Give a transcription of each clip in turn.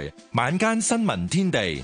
晚間新聞天地。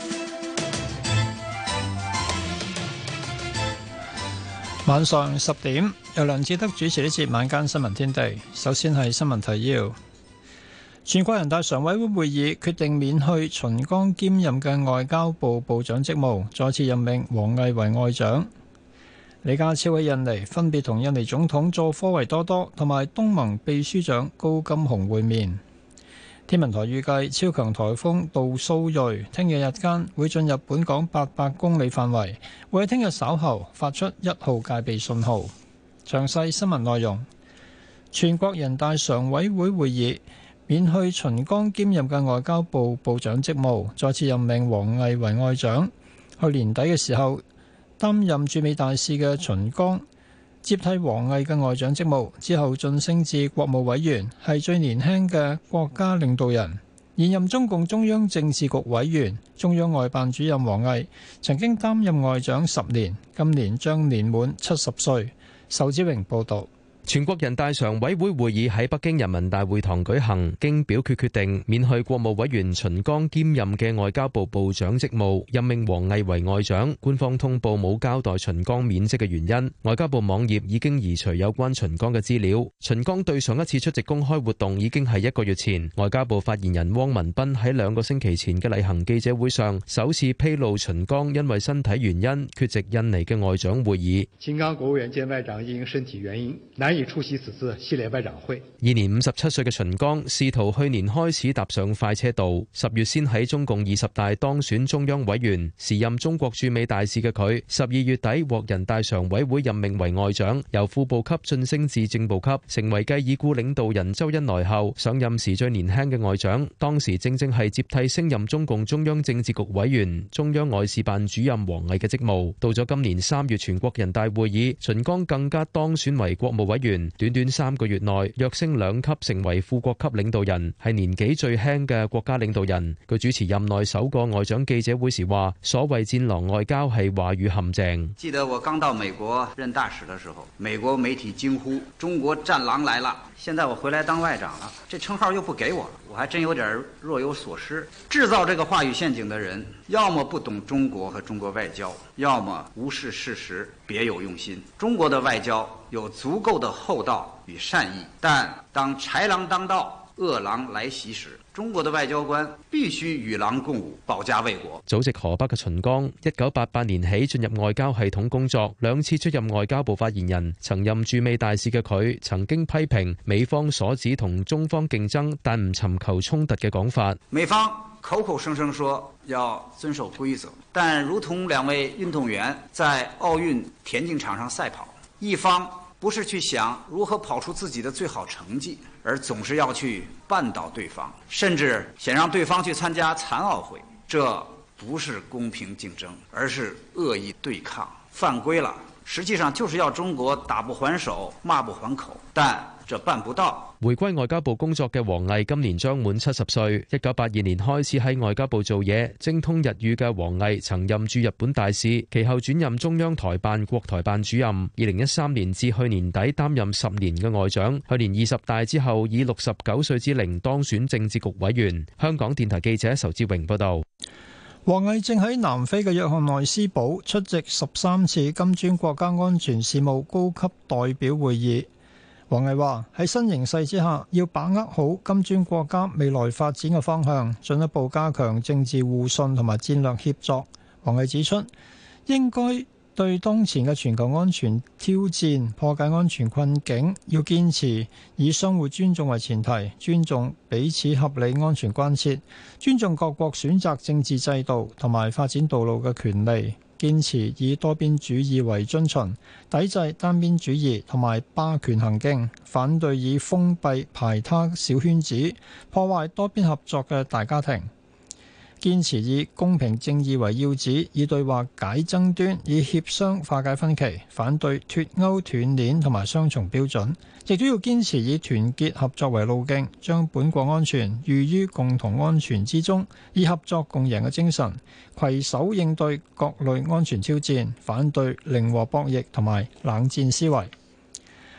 晚上10點，由梁志德主持呢節晚間新聞天地。首先係新聞提要。全國人大常委會會議決定免去秦剛兼任嘅外交部部長職務，再次任命王毅為外長。李家超喺印尼分別同印尼總統佐科維多多同埋東盟秘書長高金洪會面。天文台預計超強颱風杜蘇芮聽日日間會進入本港800公里範圍，會喺聽日稍後發出1號戒備信號。詳細新聞內容，全國人大常委會會議免去秦剛兼任嘅外交部部長職務，再次任命王毅為外長。去年底嘅時候，擔任駐美大使嘅秦剛接替王毅嘅外長職務之後晉升至國務委員，係最年輕嘅國家領導人。現任中共中央政治局委員、中央外辦主任王毅曾經擔任外長10年，今年將年滿70歲。仇志榮報導。 全國人大常委會會議喺北京人民大會堂舉行，經表決決定免去國務委員秦剛兼任嘅外交部部長職務，任命王毅為外長。官方通報冇交代秦剛免職嘅原因，外交部網頁已經移除有關秦剛嘅資料。秦剛對上一次出席公開活動已經係1個月前。外交部發言人汪文斌喺2個星期前嘅例行記者會上，首次披露秦剛因為身體原因缺席印尼嘅外長會議。 秦剛國務院兼外長因身體原因難以出席此次系列外長會。 現年57歲嘅秦剛，試圖去年開始踏上快車道。10月先喺中共20大當選中央委員，時任中國駐美大使嘅佢，12月底獲人大常委會任命為外長，由副部級晉升至正部級，成為繼已故領導人周恩來後上任時最年輕嘅外長。當時正正係接替升任中共中央政治局委員、中央外事辦主任王毅嘅職務。到咗今年3月全國人大會議，秦剛更加當選為國務委員。短短3個月內躍升2級，成為副國級領導人，係年紀最輕嘅國家領導人。佢主持任內首個外長記者會時話：所謂戰狼外交係話語陷阱。 記得我剛到美國任大使的時候，美國媒體驚呼中國戰狼來了。現在我回來當外長了，這稱號又不給我了，我還真有點若有所失。製造這個話語陷阱的人，要麼不懂中國和中國外交，要麼無視事實，別有用心。中國的外交有足夠的厚道與善意，但當豺狼當道，惡狼來襲時，中國的外交官必須與狼共舞，保家衛國。 祖籍河北嘅秦剛，1988年起進入外交系統工作，2次出任外交部發言人。曾任駐美大使嘅佢，曾經批評美方所指同中方競爭，但唔尋求衝突嘅講法。 美方口口聲聲說要遵守規則，但如同2位運動員在奧運田徑場上賽跑，一方不是去想如何跑出自己的最好成績，而總是要去絆倒對方，甚至想讓對方去參加殘奧會。這不是公平競爭，而是惡意對抗。犯規了，實際上就是要中國打不還手，罵不還口，但這辦不到。 回歸外交部工作嘅王毅今年將滿70歲。1982年開始喺外交部做嘢，精通日語嘅王毅曾任駐日本大使，其後轉任中央台辦國台辦主任。2013年至去年底擔任10年嘅外長。去年20大之後以69歲之齡當選政治局委員。香港電台記者仇志榮報道。 王毅正喺南非嘅約翰內斯堡出席13次金磚國家安全事務高級代表會議。王毅話：喺新形勢之下，要把握好金磚國家未來發展嘅方向，進一步加強政治互信同埋戰略協作。王毅指出，應該對當前嘅全球安全挑戰、破解安全困境，要堅持以相互尊重為前提，尊重彼此合理安全關切，尊重各國選擇政治制度同埋發展道路嘅權利。堅持以多邊主義為遵循，抵制單邊主義同埋霸權行徑，反對以封閉排他小圈子破壞多邊合作嘅大家庭。堅持以公平正義為要旨，以對話解爭端，以協商化解分歧，反對脫鈎斷鏈同埋雙重標準。亦都要堅持以團結合作為路徑，將本國安全寓於共同安全之中，以合作共贏嘅精神，攜手應對各類安全挑戰，反對零和博弈同埋冷戰思維。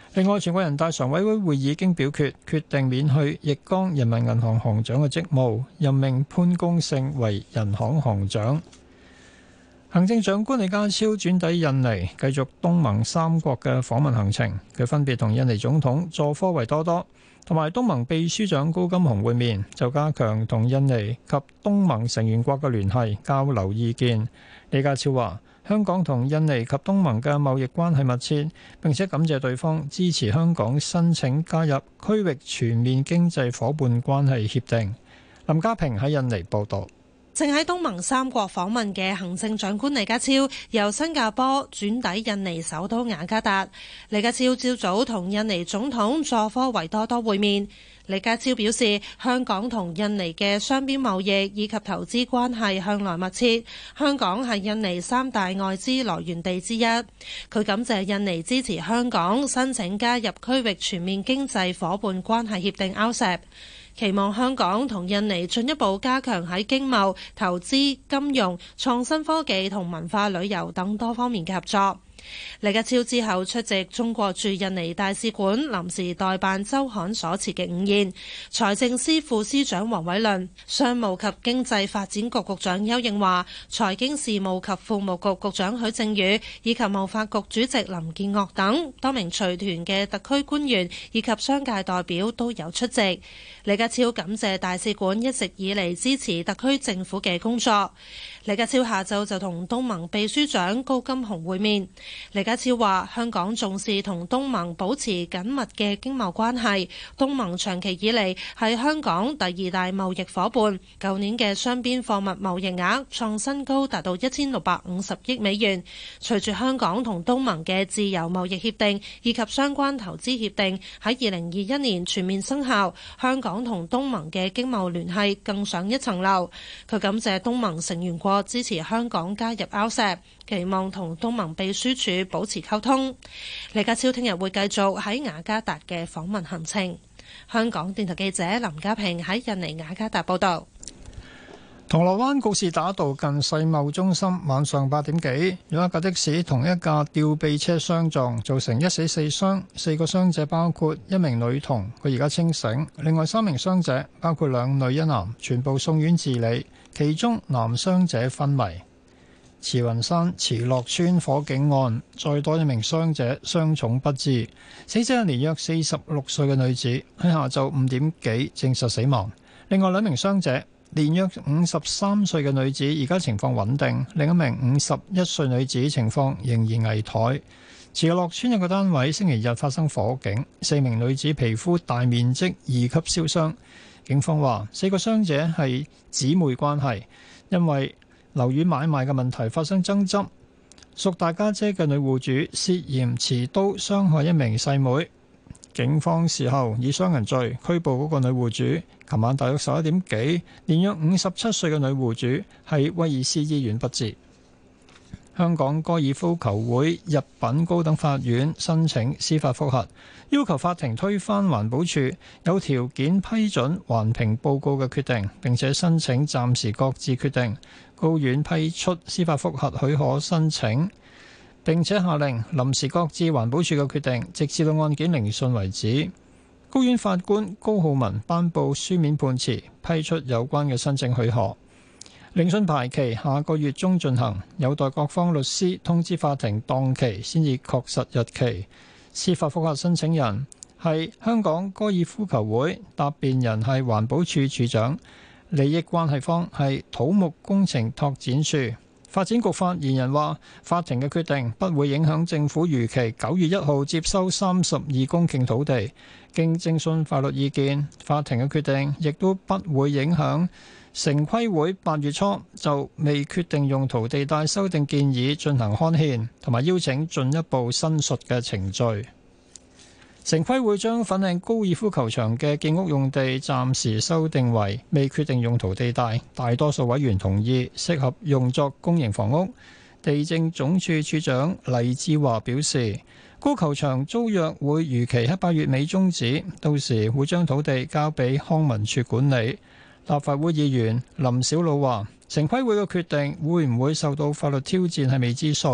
另外，全國人大常委會會議經表決，決定免去易綱人民銀行行長嘅職務，任命潘功勝為人行行長。行政長官李家超轉抵印尼，繼續東盟三國嘅訪問行程。佢分別同印尼總統佐科維多多同埋東盟秘書長高金洪會面，就加強同印尼及東盟成員國嘅聯繫交流意見。李家超話：香港同印尼及東盟嘅貿易關係密切，並且感謝對方支持香港申請加入區域全面經濟夥伴關係協定。林家平喺印尼報導。 正喺東盟三國訪問嘅行政長官李家超由新加坡轉抵印尼首都雅加達。李家超朝早同印尼總統佐科維多多會面。李家超表示，香港同印尼嘅雙邊貿易以及投資關係向來密切，香港係印尼三大外資來源地之一。佢感謝印尼支持香港申請加入區域全面經濟夥伴關係協定 RCEP，期望香港同印尼進一步加強喺經貿、投資、金融、創新科技同文化旅遊等多方面嘅合作。李家超之後出席中國駐印尼大使館臨時代辦周刊所設嘅午宴，財政司副司長黃偉綸、商務及經濟發展局局長丘應樺、財經事務及庫務局局長許正宇以及貿發局主席林建岳等多名隨團嘅特區官員以及商界代表都有出席。李家超感謝大使館一直以嚟支持特區政府嘅工作。李家超下晝就同東盟秘書長高金洪會面。李家超話：香港重視同東盟保持緊密嘅經貿關係，東盟長期以嚟係香港第二大貿易夥伴。舊年嘅雙邊貨物貿易額創新高，達到1650億美元。隨住香港同東盟嘅自由貿易協定以及相關投資協定喺2021年全面生效，香港同東盟嘅經貿聯繫更上一層樓。佢感謝東盟成員國支持香港加入 RCEP，期望同東盟秘書處保持溝通。李家超聽日會繼續喺雅加達嘅訪問行程。香港電台記者林家平喺印尼雅加達報道。 銅鑼灣告士打道近世貿中心晚上8點幾，有一架的士同一架吊臂車相撞，造成1死4傷。4個傷者包括一名女童，佢而家清醒；另外3名傷者包括2女1男，全部送院治理，其中男傷者昏迷。慈雲山慈樂村火警案，再多一名傷者傷重不治，死者係年約46歲嘅女子，喺下晝5點幾證實死亡。另外2名傷者，年約53歲嘅女子而家情況穩定，另一名51歲女子情況仍然危殆。慈樂村有個單位星期日發生火警，4名女子皮膚大面積2級燒傷。警方話4個傷者係姊妹關係，因為樓宇買賣嘅問題發生爭執。屬大家姐嘅女戶主涉嫌持刀傷害一名細妹，警方事後以傷人罪拘捕嗰個女戶主。琴晚大約11點幾，年約57歲嘅女戶主喺威爾斯醫院不治。香港高爾夫球會入稟高等法院申請司法覆核，要求法庭推翻環保署有條件批准環評報告嘅決定，並且申請暫時擱置決定。高院批出司法覆核許可申請，並且下令臨時擱置環保署嘅決定，直至到案件聆訊為止。高院法官高浩文頒布書面判詞，批出有關嘅申請許可。聆訊排期下個月中進行，有待各方律師通知法庭檔期先至確實日期。司法覆核申請人係香港高爾夫球會，答辯人係環保署署長，利益關係方係土木工程拓展署。發展局發言人話：法庭嘅決定不會影響政府預期9月1號接收32公頃土地。經徵詢法律意見，法庭嘅決定亦都不會影響城規會8月初就未決定用途地帶修訂建議進行刊憲同埋邀請進一步申述嘅程序。城規會將粉嶺高爾夫球場嘅建屋用地暫時修訂為未決定用途地帶，大多數委員同意適合用作公營房屋。地政總署署長黎志華表示，高球場租約會如期喺8月尾終止，到時會將土地交俾康文署管理。立法會議員林筱魯話：城規會嘅決定會唔會受到法律挑戰係未知數，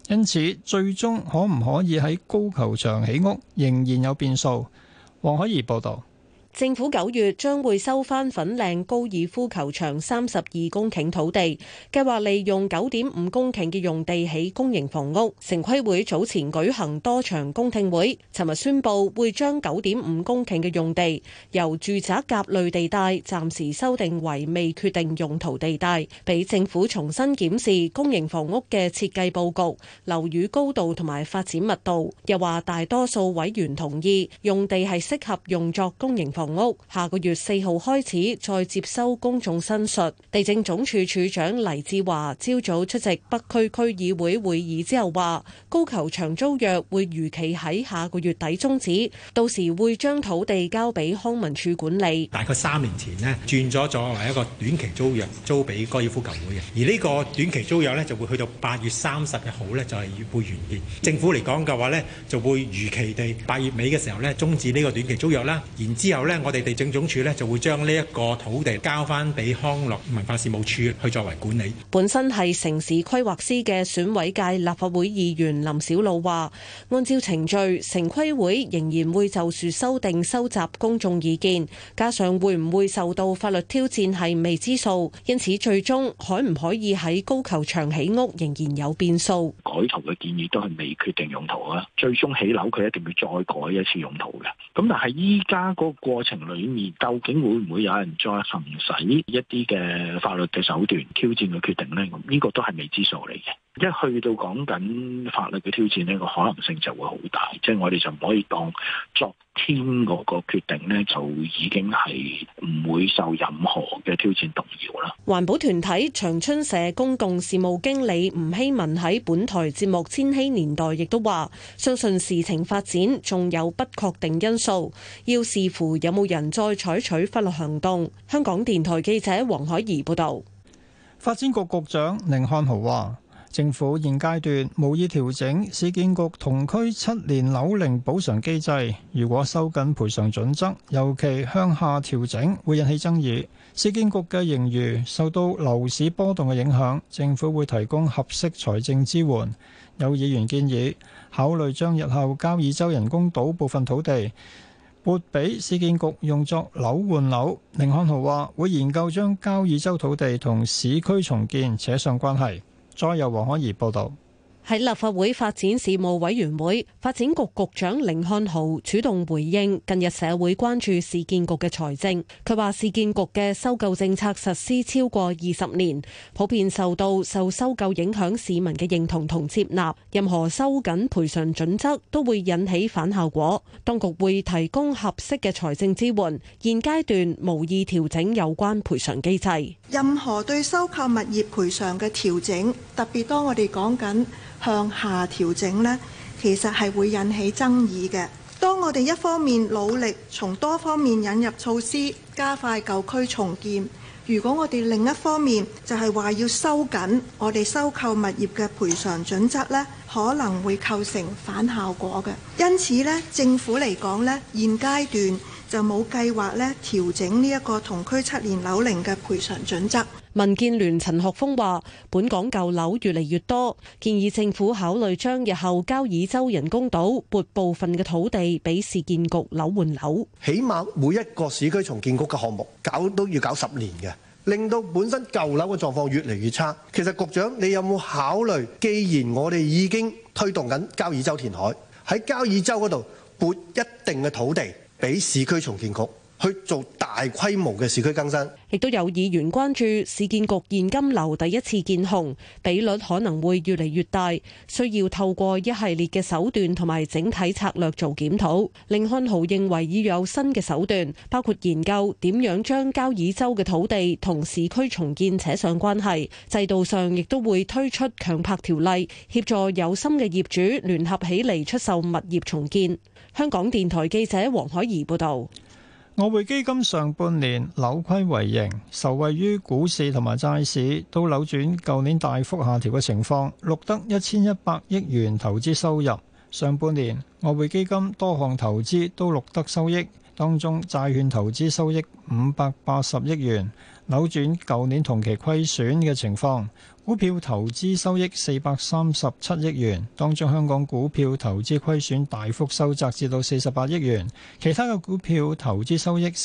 因此最終可唔可以喺高球場起屋，仍然有變數。黃海怡報導。 政府9月將會收返粉嶺高爾夫球場32公頃土地，計劃利用9.5公頃嘅用地起公營房屋。城規會早前舉行多場公聽會，尋日宣布會將9.5公頃嘅用地由住宅甲類地帶暫時修訂為未決定用途地帶，俾政府重新檢視公營房屋嘅設計佈局、樓宇高度同埋發展密度。又話大多數委員同意用地係適合用作公營房屋。下個月4號開始再接收公眾申述。地政總署署長黎志華朝早出席北區區議會會議之後話，高球場租約會如期喺下個月底終止，到時會將土地交俾康文署管理。 大概3年前呢，轉咗作為一個短期租約租俾高爾夫球會嘅，而呢個短期租約呢，就會去到8月30號呢，就係會完結。政府嚟講嘅話呢，就會如期地8月尾嘅時候呢，終止呢個短期租約啦。然之後呢，我哋地政總署呢就會將呢一個土地交翻俾康樂文化事務署去作為管理。 本身係城市規劃師嘅選委界立法會議員林筱魯話，按照程序，城規會仍然會就住修訂收集公眾意見，加上會唔會受到法律挑戰係未知數，因此最終可唔可以喺高球場起屋仍然有變數。 改圖嘅建議都係未決定用途啊，最終起樓佢一定要再改一次用途嘅。咁但係依家個過程裏面，究竟會唔會有人再行使一啲嘅法律嘅手段挑戰嘅決定呢？咁呢個都係未知數嚟嘅。一去到講緊法律嘅挑戰呢，個可能性就會好大，即係我哋就唔可以當昨天嗰個決定呢，就已經係唔會受任何嘅挑戰動搖啦。 環保團體長春社公共事務經理吳希文喺本台節目《千禧年代》亦都話，相信事情發展仲有不確定因素，要視乎有冇人再採取法律行動。香港電台記者黃海怡報導。 發展局局長甯漢豪話，政府現階段無意調整市建局同區7年樓齡補償機制，如果收緊賠償準則，尤其向下調整，會引起爭議。市建局嘅盈餘受到樓市波動嘅影響，政府會提供合適財政支援。有議員建議考慮將日後交椅洲人工島部分土地撥俾市建局用作樓換樓。甯漢豪話會研究將交椅洲土地同市區重建扯上關係。再由黃可怡報道。 喺立法會發展事務委員會，發展局局長甯漢豪主動回應近日社會關注市建局嘅財政。佢話市建局嘅收購政策實施超過20年，普遍受收購影響市民嘅認同同接納。任何收緊賠償準則都會引起反效果。當局會提供合適嘅財政支援，現階段無意調整有關賠償機制。 任何對收購物業賠償嘅調整，特別當我哋講緊向下調整呢，其實係會引起爭議嘅。當我哋一方面努力從多方面引入措施，加快舊區重建，如果我哋另一方面就係話要收緊我哋收購物業嘅賠償準則呢，可能會構成反效果嘅。因此呢，政府嚟講呢，現階段就冇計劃呢調整呢一個同區7年樓齡嘅賠償準則。 民建聯陳學鋒話，本港舊樓越嚟越多，建議政府考慮將日後交椅洲人工島撥部分嘅土地俾市建局樓換樓。 起碼每一個市區重建局嘅項目都要搞10年嘅，令到本身舊樓嘅狀況越嚟越差。其實局長，你有冇考慮，既然我哋已經推動緊交椅洲填海，喺交椅洲嗰度撥一定嘅土地俾市區重建局去做大規模嘅市區更新。 亦都有議員關注市建局現金流第一次見紅，比率可能會越嚟越大，需要透過一系列嘅手段同埋整體策略做檢討。甯漢豪認為要有新嘅手段，包括研究點樣將交椅洲嘅土地同市區重建扯上關係，制度上亦都會推出強拍條例，協助有心嘅業主聯合起嚟出售物業重建。香港電台記者黃海怡報導。 外匯基金上半年扭虧為盈，受惠於股市同埋債市都扭轉舊年大幅下調嘅情況，錄得1100億元投資收入。上半年外匯基金多項投資都錄得收益， 當中債券投資收益580億元，扭轉舊年同期虧損嘅情況。股票投資收益437億元，當中香港股票投資虧損大幅收窄至到48億元，其他嘅股票投資收益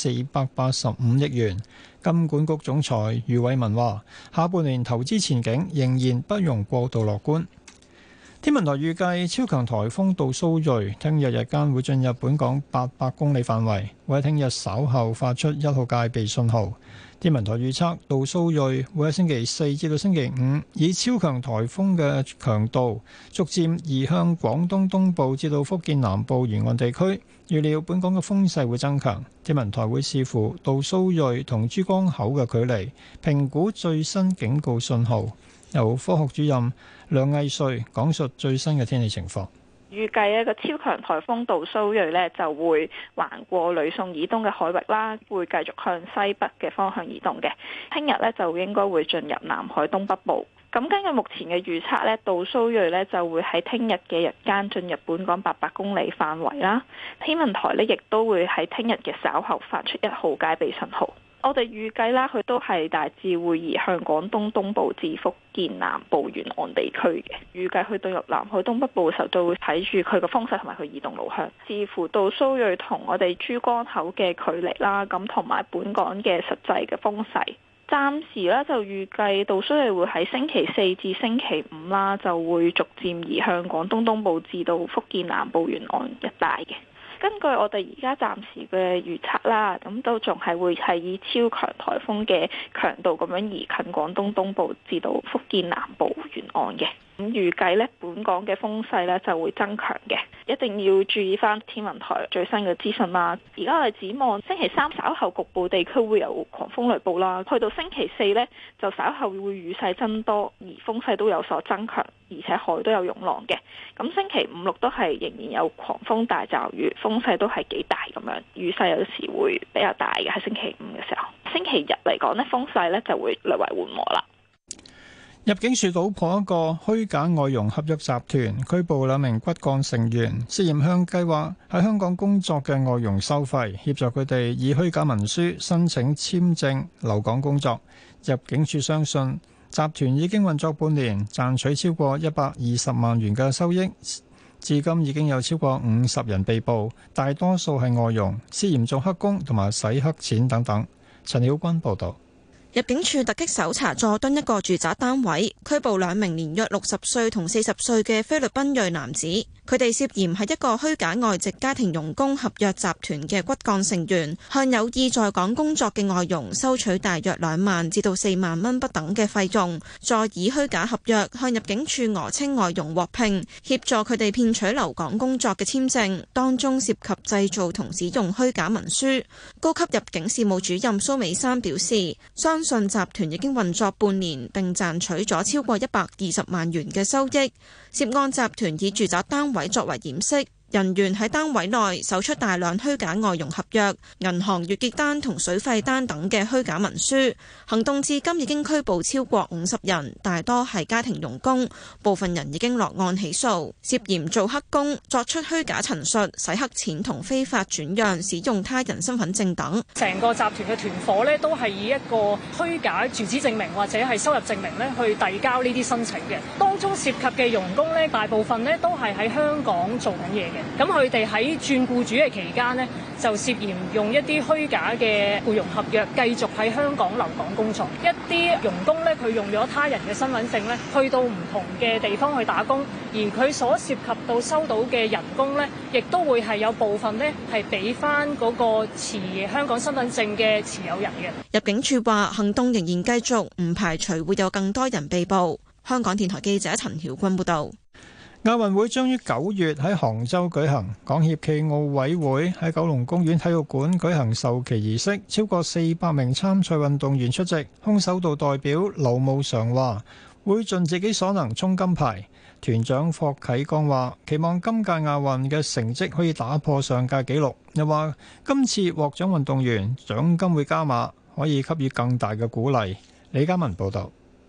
485億元。金管局總裁余偉文話：下半年投資前景仍然不容過度樂觀。天文台預計超強颱風杜蘇芮聽日日間會進入本港800公里範圍，會喺聽日稍後發出1號戒備信號。天文台預測杜蘇芮會喺星期4至到星期5以超強颱風嘅強度逐漸移向廣東東部至到福建南部沿岸地區。預料本港嘅風勢會增強，天文台會視乎杜蘇芮同珠江口嘅距離，評估最新警告信號。由科學主任梁毅瑞講述最新嘅天氣情況。 預計一個超強颱風杜蘇芮呢就會橫過呂宋以東嘅海域啦，會繼續向西北嘅方向移動嘅。聽日呢就應該會進入南海東北部。咁根據目前嘅預測呢，杜蘇芮呢就會喺聽日嘅日間進入本港800公里範圍啦。天文台呢亦都會喺聽日嘅稍後發出1號戒備信號。我哋預計啦，佢都係大致會移向廣東東部至福建南部沿岸地區嘅。預計去到入南海東北部嘅時候，就會睇住佢個風勢同埋佢移動路向，視乎杜蘇芮同我哋珠江口嘅距離啦，咁同埋本港嘅實際嘅風勢。暫時咧就預計杜蘇芮會喺星期4至星期5啦，就會逐漸移向廣東東部至到福建南部沿岸一帶嘅。根據我哋而家暫時嘅預測啦，咁都仲係會係以超強颱風嘅強度咁樣移近廣東東部至到福建南部沿岸嘅。咁預計呢，本港嘅風勢呢就會增強嘅，一定要注意翻天文台最新嘅資訊啦。而家我哋展望星期3稍後局部地區會有狂風雷暴啦，去到星期4呢，就稍後會雨勢增多，而風勢都有所增強，而且海都有湧浪嘅。咁星期5、6都係仍然有狂風大驟雨，風勢都係幾大咁樣，雨勢有時會比較大嘅。喺星期5嘅時候，星期日嚟講呢，風勢呢就會略為緩和啦。 入境處搗破一個虛假外傭合約集團，拘捕2名骨幹成員，涉嫌向計劃喺香港工作嘅外傭收費，協助佢哋以虛假文書申請簽證留港工作。入境處相信集團已經運作半年，賺取超過120萬元嘅收益。至今已經有超過50人被捕，大多數係外傭，涉嫌做黑工同埋洗黑錢等等。陳曉君報導。 入境處突擊搜查佐敦一個住宅單位，拘捕2名年約60歲同40歲嘅菲律賓裔男子。佢哋涉嫌係一個虛假外籍家庭傭工合約集團嘅骨幹成員，向有意在港工作嘅外傭收取大約2萬至到4萬蚊不等嘅費用，再以虛假合約向入境處訛稱外傭獲聘，協助佢哋騙取留港工作嘅簽證，當中涉及製造同使用虛假文書。高級入境事務主任蘇美珊表示，相信集團已經運作半年，並賺取咗超過120萬元嘅收益。涉案集團以住宅單位作為掩飾，人員喺單位內搜出大量虛假外傭合約、銀行月結單同水費單等嘅虛假文書。行動至今已經拘捕超過50人，大多係家庭傭工，部分人已經落案起訴，涉嫌做黑工、作出虛假陳述、洗黑錢同非法轉讓、使用他人身份證等。 成個集團嘅團伙呢，都係以一個虛假住址證明或者係收入證明呢去遞交呢啲申請嘅。當中涉及嘅傭工呢，大部分呢都係喺香港做緊嘢嘅。咁佢哋喺轉僱主嘅期間呢，就涉嫌用一啲虛假嘅僱傭合約，繼續喺香港留港工作。一啲傭工呢，佢用咗他人嘅身份證呢，去到唔同嘅地方去打工，而佢所涉及到收到嘅人工呢，亦都會係有部分呢係俾翻嗰個持香港身份證嘅持有人嘅。 入境處話行動仍然繼續，唔排除會有更多人被捕。香港電台記者陳曉君報導。 亞運會將於9月喺杭州舉行，港協暨奧委會喺九龍公園體育館舉行授旗儀式，超過400名參賽運動員出席。空手道代表劉慕常話會盡自己所能衝金牌。團長霍啟剛話期望今屆亞運嘅成績可以打破上屆紀錄，又話今次獲獎運動員獎金會加碼，可以給予更大嘅鼓勵。李嘉文報導。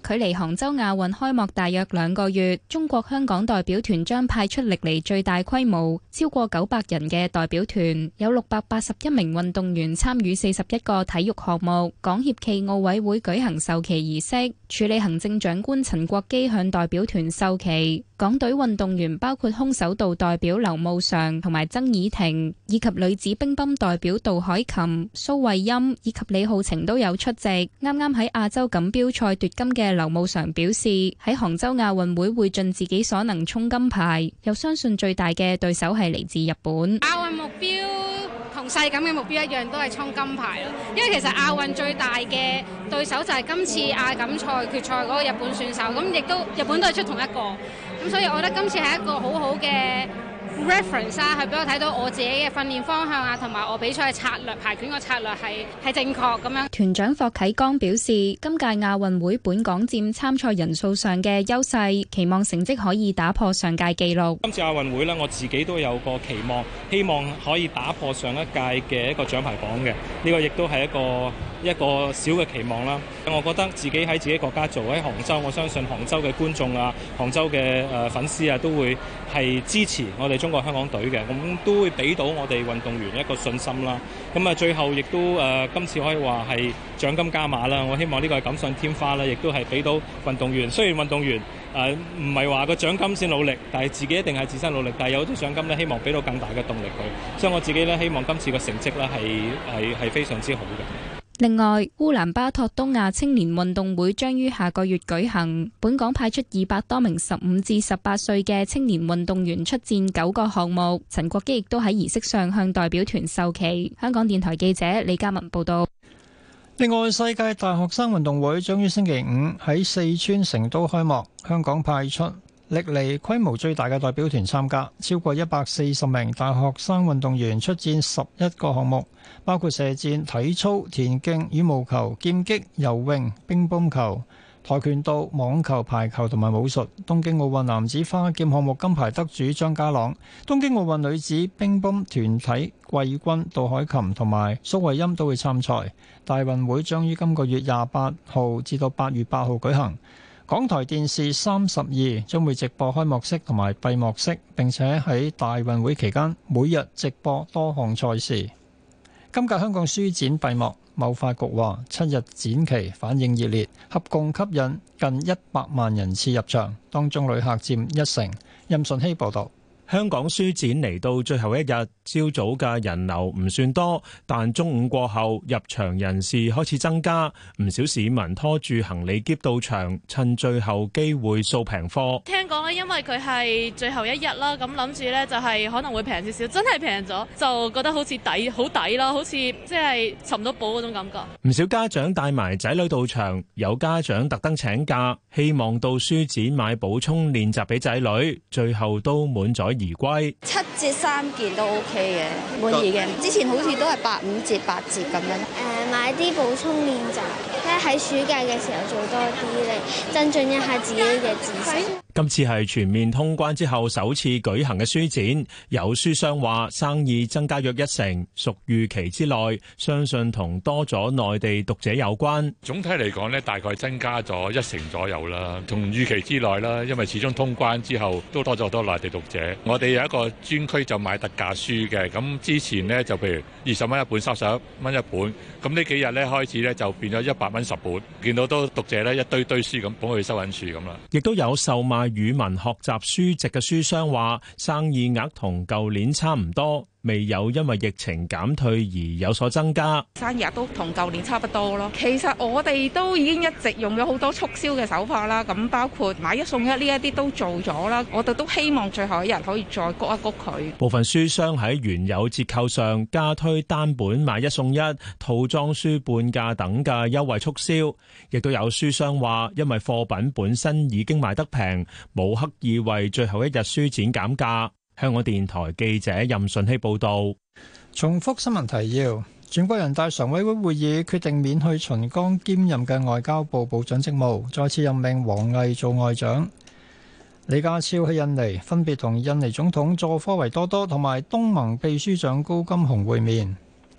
距離杭州亞運開幕大約2個月，中國香港代表團將派出歷嚟最大規模、超過900人嘅代表團，有681名運動員參與41個體育項目。港協暨奧委會舉行授旗儀式，署理行政長官陳國基向代表團授旗。港隊運動員包括空手道代表劉慕裳同埋曾以婷，以及女子乒乓代表杜凱琹、蘇慧音以及李浩晴都有出席。啱啱喺亞洲錦標賽奪金嘅劉慕裳表示，喺杭州亞運會盡自己所能衝金牌，又相信最大嘅對手係嚟自日本。 亞運目標同世錦嘅目標一樣，都係衝金牌咯。因為其實亞運最大嘅對手就係今次亞錦賽決賽嗰個日本選手，咁亦都日本都係出同一個，咁所以我覺得今次係一個好好嘅reference 啊，係俾我睇到我自己嘅訓練方向啊，同埋我比賽嘅策略，排拳嘅策略係正確咁樣。 團長霍啟剛表示，今屆亞運會本港佔參賽人數上嘅優勢，期望成績可以打破上屆紀錄。 今次亞運會呢，我自己都有個期望，希望可以打破上一屆嘅一個獎牌榜嘅，呢個亦都係一個小嘅期望啦。我覺得自己喺自己國家做，喺杭州，我相信杭州嘅觀眾啊，杭州嘅粉絲啊，都會係支持我哋中國香港隊嘅，咁都會俾到我哋運動員一個信心啦。咁啊，最後亦都今次可以話係獎金加碼啦。我希望呢個係錦上添花啦，亦都係俾到運動員。雖然運動員唔係話個獎金先努力，但係自己一定係自身努力。但係有啲獎金咧，希望俾到更大嘅動力佢。所以我自己咧希望今次嘅成績咧係非常之好嘅。 另外，烏蘭巴托東亞青年運動會將於下個月舉行，本港派出200多名15至18歲嘅青年運動員出戰9個項目。陳國基亦都喺儀式上向代表團授旗。香港電台記者李嘉文報道。 另外，世界大學生運動會將於星期5喺四川成都開幕，香港派出歷嚟規模最大嘅代表團參加，超過140名大學生運動員出戰11個項目，包括射箭、體操、田徑、羽毛球、劍擊、游泳、乒乓球、跆拳道、網球、排球同埋武術。東京奧運男子花劍項目金牌得主張家朗，東京奧運女子乒乓團體季軍杜凱琹同埋蘇慧音都會參賽。大運會將於今個月28號至到8月8號舉行。港台電視32將會直播開幕式同埋閉幕式，並且喺大運會期間每日直播多項賽事。今屆香港書展閉幕，貿發局話7日展期反應熱烈，合共吸引近100萬人次入場，當中旅客佔1成。任順希報導。 香港書展嚟到最後一日，朝早嘅人流唔算多，但中午過後入場人士開始增加，唔少市民拖住行李篋到場，趁最後機會掃平貨。 聽講因為佢係最後一日啦，咁諗住呢就係可能會平少少，真係平咗，就覺得好似抵，好抵啦，好似即係尋到寶嗰種感覺。 唔少家長帶埋仔女到場，有家長特登請假，希望到書展買補充練習俾仔女，最後都滿載而歸。 7折3件都 OK 嘅，滿意嘅。之前好似都係5折8折咁樣。 買啲補充練習，喺暑假嘅時候做多啲嚟增進一下自己嘅知識。 今次係全面通關之後首次舉行嘅書展，有書商話生意增加約1成，屬預期之內，相信同多咗內地讀者有關。 總體嚟講呢，大概增加咗1成左右啦，同預期之內啦，因為始終通關之後都多咗好多內地讀者。我哋有一個專區就買特價書嘅，咁之前呢，就譬如20蚊一本，31蚊一本，咁呢幾日呢，開始呢，就變咗100蚊10本，見到都讀者呢，一堆書咁捧去收銀處咁啦。亦都有售賣語文學習書籍嘅書商話，生意額同舊年差唔多，未有因為疫情減退而有所增加， 生意都同舊年差不多咯。其實我哋都已經一直用咗好多促銷嘅手法啦，咁包括買1送1呢一啲都做咗啦。我哋都希望最後一日可以再谷一谷佢。 部分書商喺原有折扣上加推單本買1送1、套裝書半價等嘅優惠促銷，亦都有書商話，因為貨品本身已經賣得平，冇刻意為最後一日書展減價。香港電台記者任順希報道。 重複新聞提要：全國人大常委會會議決定免去秦剛兼任嘅外交部部長職務，再次任命王毅做外長。李家超喺印尼分別同印尼總統佐科維多多同埋東盟秘書長高金洪會面。天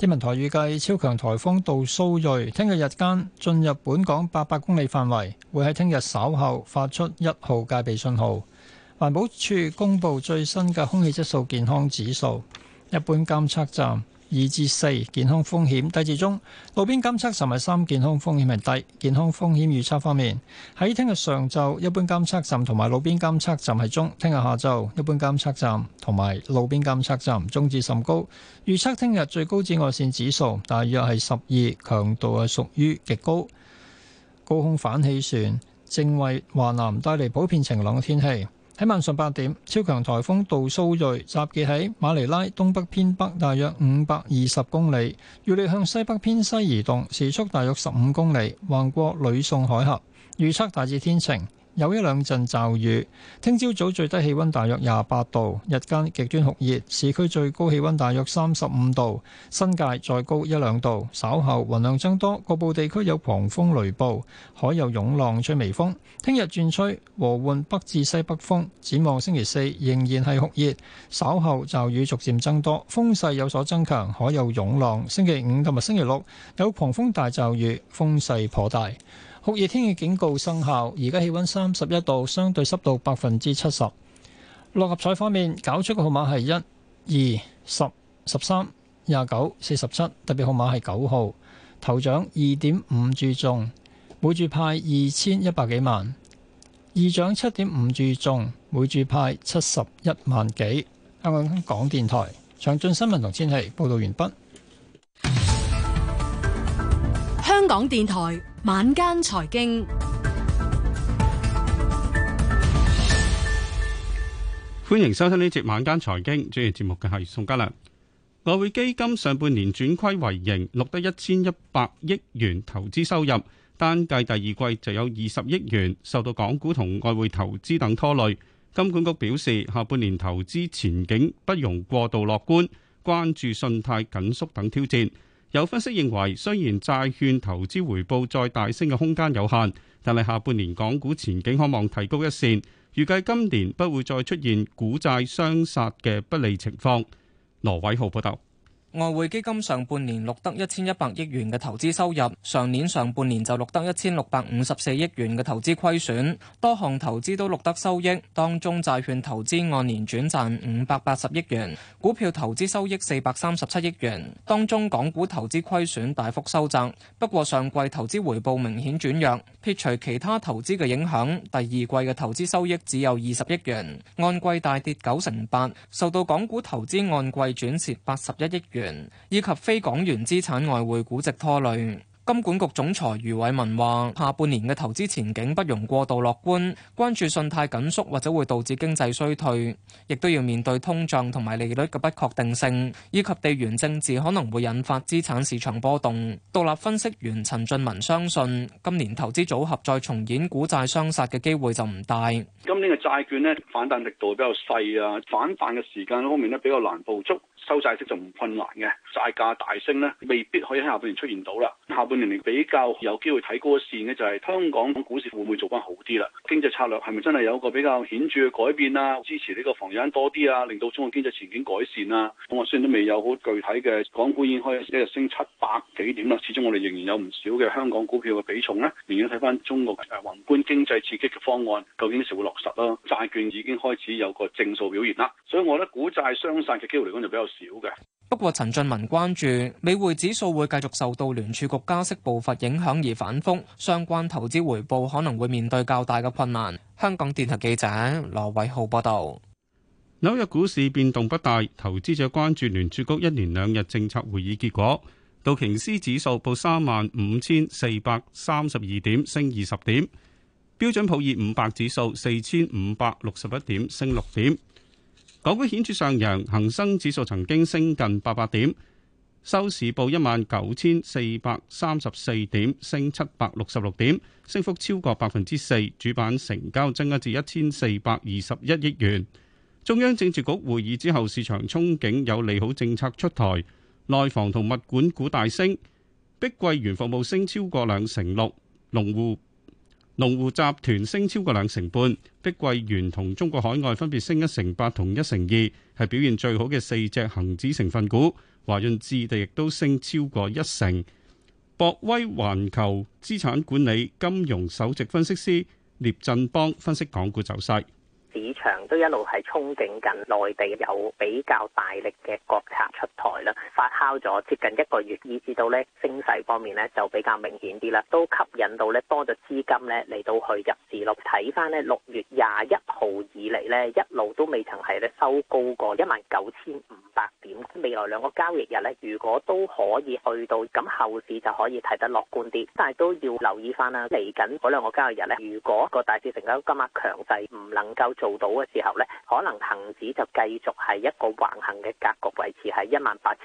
天文台預計超強颱風杜蘇芮聽日日間進入本港800公里範圍，會喺聽日稍後發出1號戒備信號。環保署公布最新嘅空氣質素健康指數，一般監測站2至4，健康風險低至中；路邊監測站係3，健康風險係低。健康風險預測方面，喺聽日上晝，一般監測站同埋路邊監測站係中；聽日下晝，一般監測站同埋路邊監測站中至甚高。預測聽日最高紫外線指數大約係12，強度係屬於極高。高空反氣旋正為華南帶嚟普遍晴朗嘅天氣。喺晚上8點，超強颱風杜蘇芮集結喺馬尼拉東北偏北大約520公里，預料向西北偏西移動，時速大約15公里，橫過呂宋海峽。預測大致天晴，有一兩陣驟雨。聽朝早最低氣溫大約28度，日間極端酷熱，市區最高氣溫大約35度，新界再高1、2度。稍後雲量增多，局部地區有狂風雷暴，海有湧浪，吹微風。聽日轉吹和緩北至西北風，展望星期4仍然係酷熱，稍後驟雨逐漸增多，風勢有所增強，海有湧浪。星期5同埋星期6有狂風大驟雨，風勢頗大。酷熱天氣警告生效，而家氣溫31度，相對濕度70%。六合彩方面，搞出嘅號碼係1、2、10、13、29、47，特別號碼係9號。頭獎2.5注中，每注派2100幾萬；二獎7.5注中，每注派71萬幾。香港電台詳盡新聞同天氣報道完畢。 香港電台晚間財經， 歡迎收聽呢節晚間財經。主持節目嘅係宋家良。外匯基金上半年轉虧為盈，錄得1100億元投資收入，單計第二季就有20億元，受到港股同外匯投資等拖累。金管局表示，下半年投資前景不容過度樂觀，關注信貸緊縮等挑戰。有分析認為，雖然債券投資回報再大升嘅空間有限，但係下半年港股前景可望提高一線。預計今年不會再出現股債雙殺嘅不利情況。羅偉浩報道。 外匯基金上半年錄得1100億元嘅投資收入，上年上半年就錄得1654億元嘅投資虧損，多項投資都錄得收益，當中債券投資按年轉賺580億元，股票投資收益437億元，當中港股投資虧損大幅收窄，不過上季投資回報明顯轉弱，撇除其他投資嘅影響，第二季嘅投資收益只有20億元，按季大跌98%，受到港股投資按季轉蝕81億元，以及非港元資產外匯估值拖累。金管局總裁余偉文話，下半年嘅投資前景不容過度樂觀，關注信貸緊縮或者會導致經濟衰退，亦都要面對通脹同埋利率嘅不確定性，以及地緣政治可能會引發資產市場波動。獨立分析員陳俊文相信，今年投資組合再重演股債雙殺嘅機會就唔大。 今年嘅債券呢，反彈力度比較細啊，反彈嘅時間方面呢，比較難捕捉，收債息就唔困難嘅，債價大升呢，未必可以喺下半年出現到啦。下半年嚟比較有機會睇高一線嘅就係香港股市會唔會做翻好啲啦？經濟策略係咪真係有一個比較顯著嘅改變啊？支持呢個房地產多啲啊，令到中國經濟前景改善啊？咁我雖然都未有好具體嘅，港股已經可以一日升700幾點啦。始終我哋仍然有唔少嘅香港股票嘅比重呢，仍然睇翻中國宏觀經濟刺激嘅方案究竟時會落實啦。債券已經開始有個正數表現啦，所以我覺得股債雙殺嘅機會嚟講就比較少嘅。 不過陳俊文關注美匯指數會繼續受到聯儲局加息步伐影響而反覆，相關投資回報可能會面對較大嘅困難。香港電台記者羅偉浩報道。 紐約股市變動不大，投資者關注聯儲局1連2日政策會議結果。道瓊斯指數報35,432點，升20點；標準普爾500指數4,561點，升6點。港股顯著上揚，恒生指數曾經升近800點，收市報19,434點，升766點，升幅超過4%。主板成交增加至1,421億元。中央政治局會議之後，市場憧憬有利好政策出台，內房同物管股大升，碧桂園服務升超過6%，龍湖龍湖集團升超過2.5%，碧桂園同中國海外分別升1.8%同1.2%，係表現最好嘅4隻恒指成分股。華潤置地亦都升超過1%。博威環球資產管理金融首席分析師聶振邦分析港股走勢。 市場都一路係憧憬緊內地有比較大力嘅國策出台啦，發酵咗接近1個月，以至到咧升勢方面咧就比較明顯啲啦，都吸引到咧多咗資金咧嚟到去入市咯。睇翻咧6月21號以嚟咧一路都未曾係咧收高過19500點，未來2個交易日咧如果都可以去到，咁後市就可以睇得樂觀啲，但係都要留意翻啦，嚟緊嗰2個交易日咧，如果個大市成交金額強勢唔能夠做到嘅時候咧，可能恒指就繼續係一個橫行嘅格局，維持喺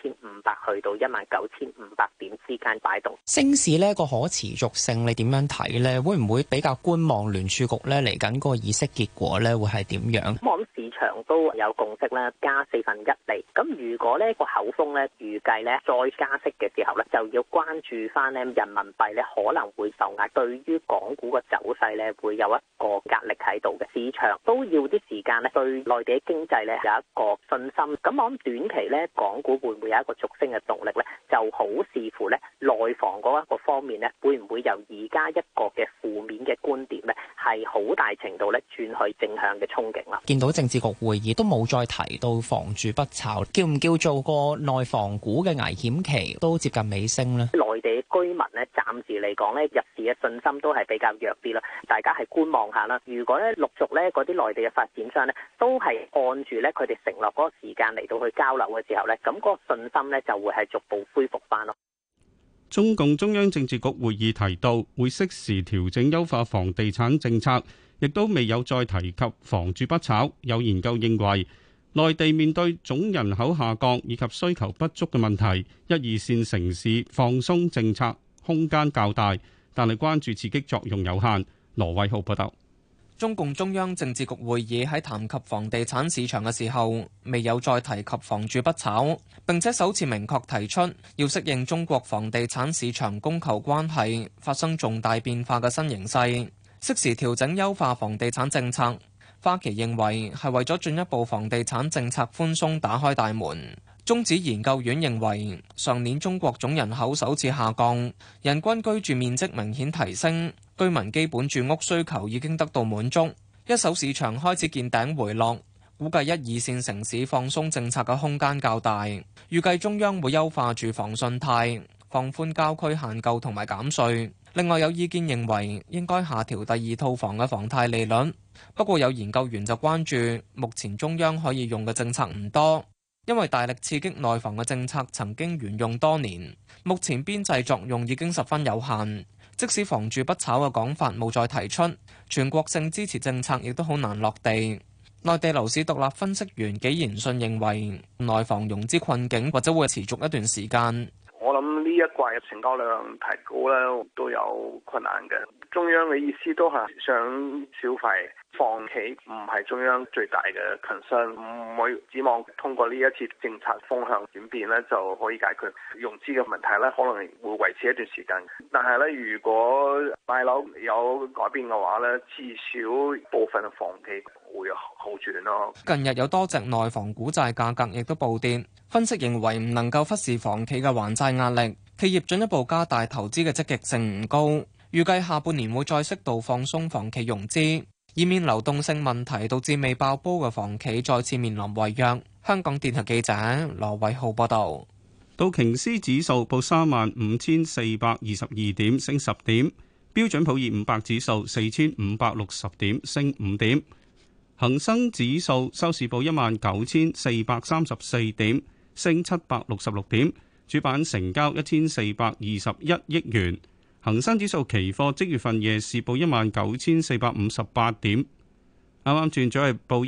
18500去到19500點之間擺動。 升市呢個可持續性你點樣睇呢？會唔會比較觀望聯儲局咧嚟緊個議息結果咧會係點樣？ 我諗市場都有共識啦，加1/4厘。咁如果呢個口風咧預計咧再加息嘅時候咧，就要關注翻咧人民幣咧可能會受壓，對於港股嘅走勢咧會有一個壓力喺度嘅。市場都要啲時間咧對內地經濟咧有一個信心。咁我諗短期咧港股會唔會有一個續升嘅動力咧，就好視乎咧內房嗰一個方面咧會唔會由而家一個嘅負面嘅觀點咧係好大程度咧轉去正向嘅憧憬啦。 見到政治局會議都冇再提到房住不炒，叫唔叫做個內房股嘅危險期都接近尾聲咧？ 內地居民咧暫時嚟講咧入市嘅信心都係比較弱啲啦，大家係觀望下啦。如果咧陸續咧嗰啲內地嘅發展商咧都係按住咧佢哋承諾嗰個時間嚟到去交流嘅時候咧，咁嗰個信心咧就會係逐步恢復翻咯。 中共中央政治局會議提到，會適時調整優化房地產政策，亦都未有再提及房住不炒。有研究認為，內地面對總人口下降以及需求不足嘅問題，1、2線城市放鬆政策空間較大，但係關注刺激作用有限。羅偉浩報道。 中共中央政治局會議喺談及房地產市場嘅時候，未有再提及房住不炒，並且首次明確提出要適應中國房地產市場供求關係發生重大變化嘅新形勢，適時調整優化房地產政策。花旗認為係為咗進一步房地產政策寬鬆打開大門。中指研究院認為，上年中國總人口首次下降，人均居住面積明顯提升，居民基本住屋需求已經得到滿足，一手市場開始見頂回落，估計1、2線城市放鬆政策嘅空間較大，預計中央會優化住房信貸，放寬郊區限購同埋減稅。另外有意見認為應該下調第2套房嘅房貸利率，不過有研究員就關注目前中央可以用嘅政策唔多，因為大力刺激內房嘅政策曾經沿用多年，目前邊際作用已經十分有限。即使房住不炒嘅講法冇再提出，全國性支持政策亦都好難落地。內地樓市獨立分析員紀言信認為，內房融資困境或者會持續一段時間。 我諗呢一季嘅成交量提高咧都有困難嘅。中央嘅意思都係想消費，房企唔係中央最大嘅 concern， 唔會指望通過呢一次政策風向轉變咧就可以解決融資嘅問題咧，可能會維持一段時間。但係咧，如果賣樓有改變嘅話咧，至少部分嘅房企會好轉咯。 近日有多隻內房股債價格亦都暴跌，分析認為唔能夠忽視房企嘅還債壓力，企業進一步加大投資嘅積極性唔高，預計下半年會再適度放鬆房企融資，以免流動性問題導致未爆煲嘅房企再次面臨違約。香港電台記者羅偉浩報道。 道瓊斯指數報35,422點，升10點；標準普爾500指數4,560點，升5點；恒生指數收市報19,434點，升766點。主板成交1421億元。恒生指數期貨即月份夜市報19,458點，啱啱轉咗係報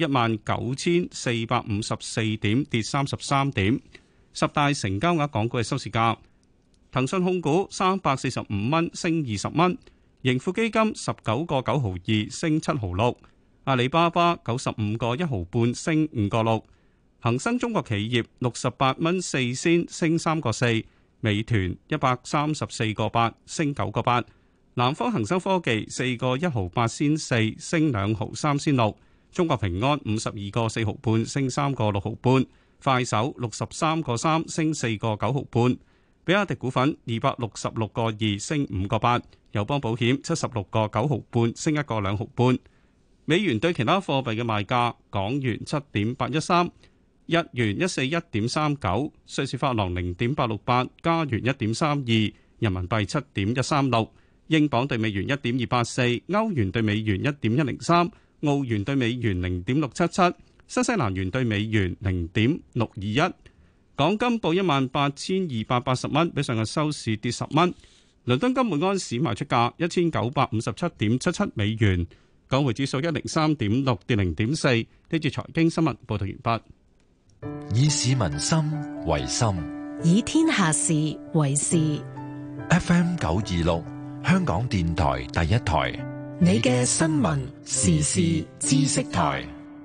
19,454點，跌33點。十大成交額港股嘅收市價：騰訊控股345蚊，升20蚊；盈富基金19個9毫2，升7毫6；阿里巴巴95個1毫半，升5個6；恒生中國企業68蚊4仙，升3個4；美團134個8，升9個8； 南方恒生科技4個1毫8仙4，升2毫3仙6。中國平安52個4毫半，升3個6毫半。快手63個3，升4個9毫半。比亞迪股份266個2，升5個8。友邦保險76個9毫半，升1個2毫半。美元對其他貨幣嘅賣價：港元7.813，日元141.39，瑞士法郎0.868，加元1.32，人民幣7.136，英鎊對美元1.284，歐元對美元1.103，澳元對美元0.677，新西蘭元對美元0.621。港金報18,280蚊，比上日收市跌10蚊。倫敦金每安士賣出價1957.77美元。港匯指數103.6，跌0.4。呢節財經新聞報道完畢。 以市民心為心， 以天下事為事。 FM 926，香港電台第一台， 你嘅新聞時事知識台。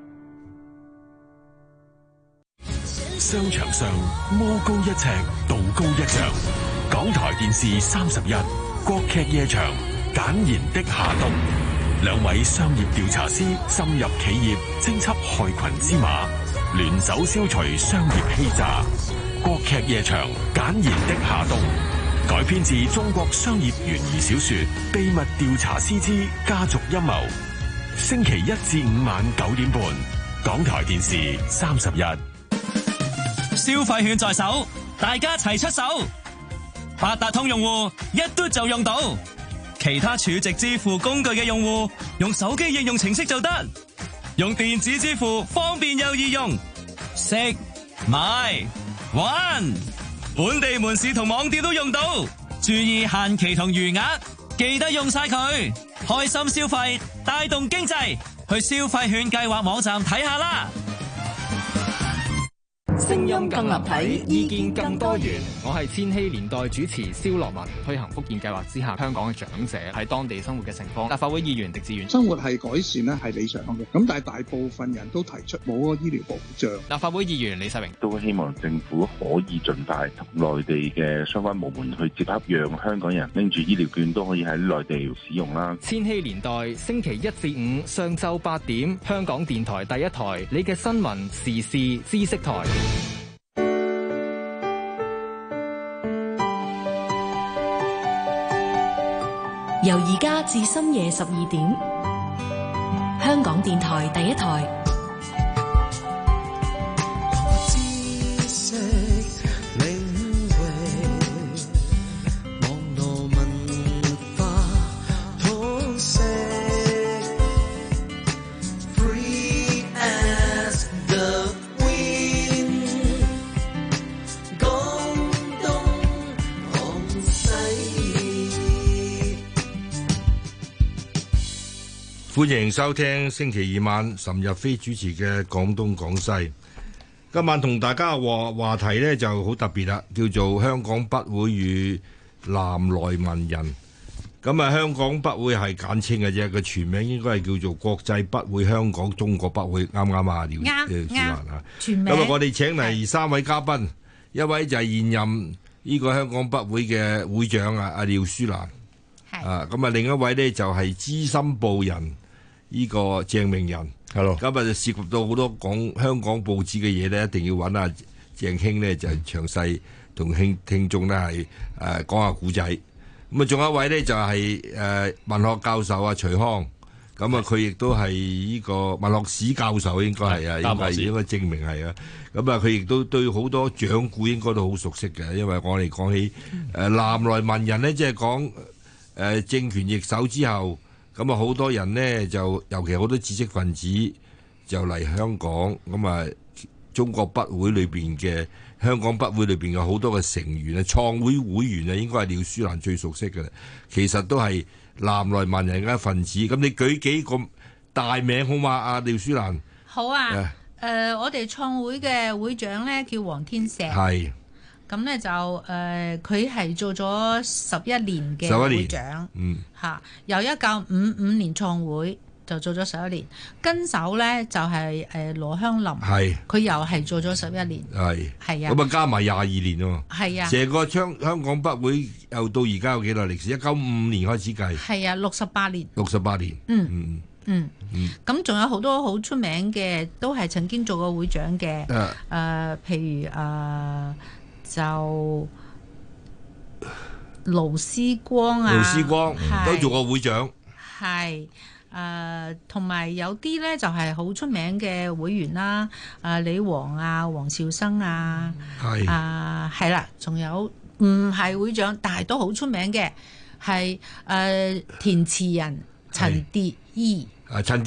商場上魔高一尺，道高一丈。港台電視31，國劇夜場，簡言的夏冬。兩位商業調查師深入企業，偵緝害群之馬，聯手消除商業欺詐。國劇夜場，簡言的夏冬，改編自中國商業懸疑小說《秘密調查師之家族陰謀》。星期1至5晚9點半，港台電視31。 消費券在手，大家齊出手。八達通用戶一嘟就用到，其他儲值支付工具嘅用戶用手機應用程式就得。用電子支付方便又易用，食買玩，本地門市同網店都用到。注意限期同餘額，記得用晒佢。開心消費，帶動經濟，去消費券計劃網站睇下啦。 聲音更立體，意見更多元。我係千禧年代主持蕭樂文。推行福建計劃之下，香港嘅長者喺當地生活嘅情況。立法會議員狄志遠： 生活係改善呢係理想嘅，咁但係大部分人都提出冇個醫療保障。 立法會議員李世榮都希望政府可以盡快同內地嘅相關部門去接洽，讓香港人拎住醫療券都可以喺內地使用啦。 千禧年代星期1至5上晝8點，香港電台第一台，你嘅新聞時事知識台。 由而家至深夜12點，香港電台第一台。 歡迎收聽星期2晚岑日飛主持嘅廣東廣西。今晚同大家話題呢就好特別啦，叫做香港筆會與南來文人。咁啊，香港筆會係簡稱嘅啫，個全名應該係叫做國際筆會香港中國筆會，啱啱啊？ 啱，全名。 咁啊，我哋請嚟3位嘉賓，一位就係現任呢個香港筆會嘅會長啊，阿廖舒蘭。啊，咁啊，另一位呢就係資深報人。呢個鄭明仁，今日就涉及到好多講香港報紙嘅嘢咧，一定要揾阿鄭兄咧就詳細同聽眾咧係講下古仔。咁啊，仲有一位咧就係文學教授啊徐康，咁啊佢亦都係呢個文學史教授，應該係啊，應該證明係啊。咁啊，佢亦都對好多掌故應該都好熟悉嘅，因為我哋講起南來文人咧，即係講政權易手之後。咁啊，好多人呢，就尤其好多知識分子就嚟香港，咁啊，中國筆會裏邊嘅香港筆會裏邊有好多嘅成員啊，創會會員啊，應該係廖舒蘭最熟悉嘅啦。其實都係南來文人嘅一份子。咁你舉幾個大名好嘛？阿廖舒蘭。 好啊。我哋創會嘅會長呢，叫黃天石。 係。 咁咧就佢係做咗11年嘅會長，由1955年創會， 就做咗11年，跟手咧就係羅香林， 係佢又係做咗11年，係啊， 咁啊加埋22年喎， 係啊， 成個香港北會又到而家有幾耐歷史？1955年開始計， 係啊，68年 ，68年， 咁仲有好多好出名嘅，都係曾經做過會長嘅，譬如就盧思光啊， 盧思光都做過會長， 係同埋有啲咧就係好出名嘅會員啦，李黃啊、黃紹生啊，係啦，仲有唔係會長，但係都好出名嘅係填詞人陳蝶衣。陳